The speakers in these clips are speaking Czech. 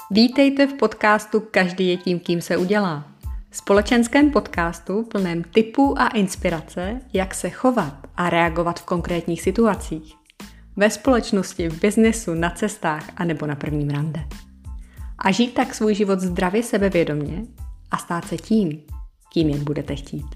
Vítejte v podcastu Každý je tím, kým se udělá. Společenském podcastu plném tipů a inspirace, jak se chovat a reagovat v konkrétních situacích. Ve společnosti, v biznesu, na cestách a nebo na prvním rande. A žít tak svůj život zdravě sebevědomě a stát se tím, kým jen budete chtít.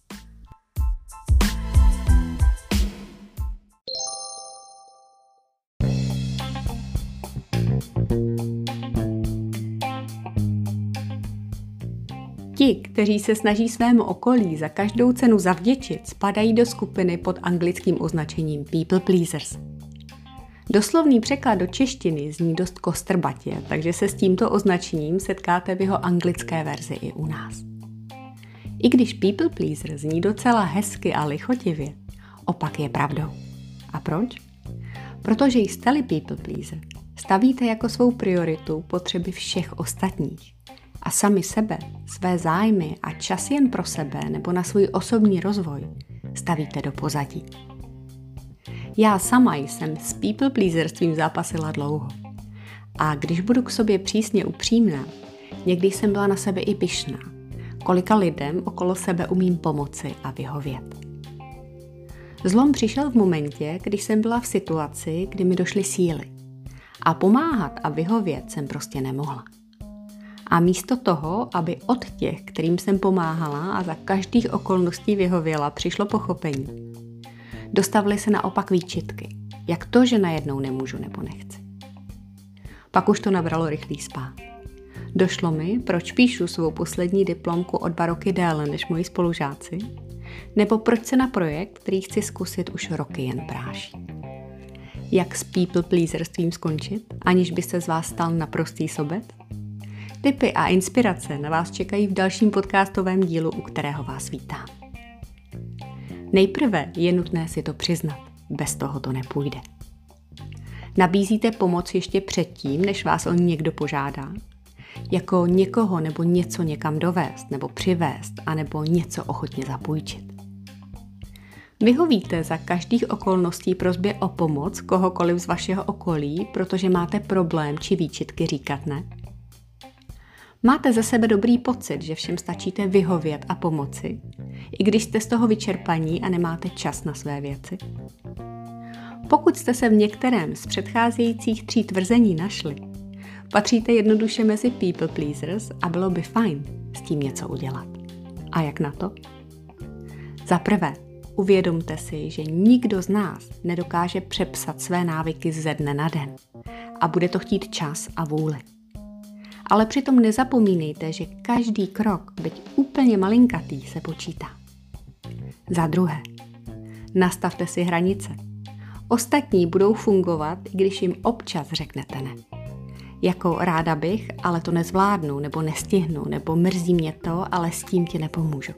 Ti, kteří se snaží svému okolí za každou cenu zavděčit, spadají do skupiny pod anglickým označením people pleasers. Doslovný překlad do češtiny zní dost kostrbatě, takže se s tímto označením setkáte v jeho anglické verzi i u nás. I když people pleaser zní docela hezky a lichotivě, opak je pravdou. A proč? Protože jste-li people pleaser, stavíte jako svou prioritu potřeby všech ostatních. A sami sebe, své zájmy a čas jen pro sebe nebo na svůj osobní rozvoj stavíte do pozadí. Já sama jsem s people pleaserstvím zápasila dlouho. A když budu k sobě přísně upřímná, někdy jsem byla na sebe i pyšná, kolika lidem okolo sebe umím pomoci a vyhovět. Zlom přišel v momentě, když jsem byla v situaci, kdy mi došly síly. A pomáhat a vyhovět jsem prostě nemohla. A místo toho, aby od těch, kterým jsem pomáhala a za každých okolností vyhověla, přišlo pochopení, dostavily se naopak výčitky. Jak to, že najednou nemůžu nebo nechci. Pak už to nabralo rychlý spád. Došlo mi, proč píšu svou poslední diplomku o 2 roky déle než moji spolužáci, nebo proč se na projekt, který chci zkusit už roky jen práší. Jak s people pleaserstvím skončit, aniž by se z vás stal naprostý sobet? Tipy a inspirace na vás čekají v dalším podcastovém dílu, u kterého vás vítám. Nejprve je nutné si to přiznat, bez toho to nepůjde. Nabízíte pomoc ještě předtím, než vás o někdo požádá? Jako někoho nebo něco někam dovést nebo přivést, anebo něco ochotně zapůjčit. Vyhovíte za každých okolností prosbě o pomoc kohokoliv z vašeho okolí, protože máte problém či výčitky říkat ne? Máte ze sebe dobrý pocit, že všem stačíte vyhovět a pomoci, i když jste z toho vyčerpaní a nemáte čas na své věci? Pokud jste se v některém z předcházejících 3 tvrzení našli, patříte jednoduše mezi people pleasers a bylo by fajn s tím něco udělat. A jak na to? Za prvé, uvědomte si, že nikdo z nás nedokáže přepsat své návyky ze dne na den a bude to chtít čas a vůli. Ale přitom nezapomínejte, že každý krok, byť úplně malinkatý, se počítá. Za druhé, nastavte si hranice. Ostatní budou fungovat, i když jim občas řeknete ne. Jako ráda bych, ale to nezvládnu, nebo nestihnu, nebo mrzí mě to, ale s tím ti nepomůžu.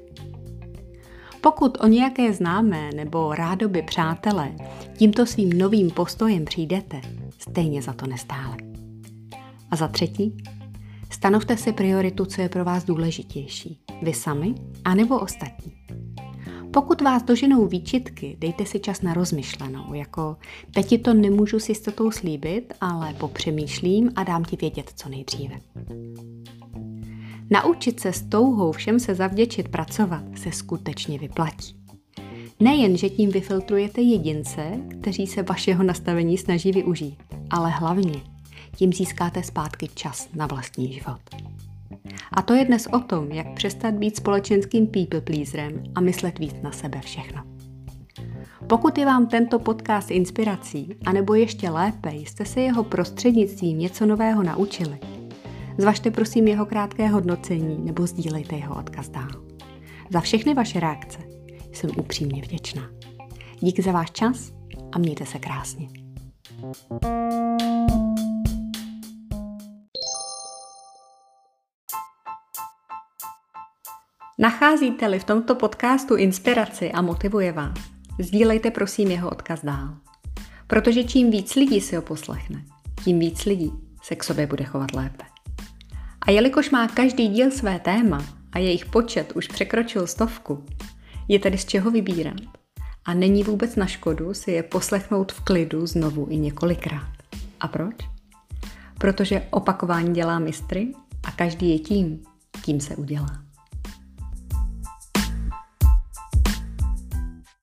Pokud o nějaké známé nebo rádoby přátelé tímto svým novým postojem přijdete, stejně za to nestále. A za třetí, stanovte si prioritu, co je pro vás důležitější. Vy sami, anebo ostatní. Pokud vás doženou výčitky, dejte si čas na rozmyšlenou, jako teď ti to nemůžu s jistotou slíbit, ale popřemýšlím a dám ti vědět co nejdříve. Naučit se s touhou všem se zavděčit pracovat se skutečně vyplatí. Nejen, že tím vyfiltrujete jedince, kteří se vašeho nastavení snaží využít, ale hlavně tím získáte zpátky čas na vlastní život. A to je dnes o tom, jak přestat být společenským people pleaserem a myslet víc na sebe všechno. Pokud je vám tento podcast inspirací, anebo ještě lépe jste se jeho prostřednictvím něco nového naučili, zvažte prosím jeho krátké hodnocení nebo sdílejte jeho odkaz dál. Za všechny vaše reakce jsem upřímně vděčná. Díky za váš čas a mějte se krásně. Nacházíte-li v tomto podcastu inspiraci a motivuje vás, sdílejte prosím jeho odkaz dál. Protože čím víc lidí si ho poslechne, tím víc lidí se k sobě bude chovat lépe. A jelikož má každý díl své téma a jejich počet už překročil 100, je tedy z čeho vybírat a není vůbec na škodu si je poslechnout v klidu znovu i několikrát. A proč? protože opakování dělá mistry a každý je tím, kým se udělá.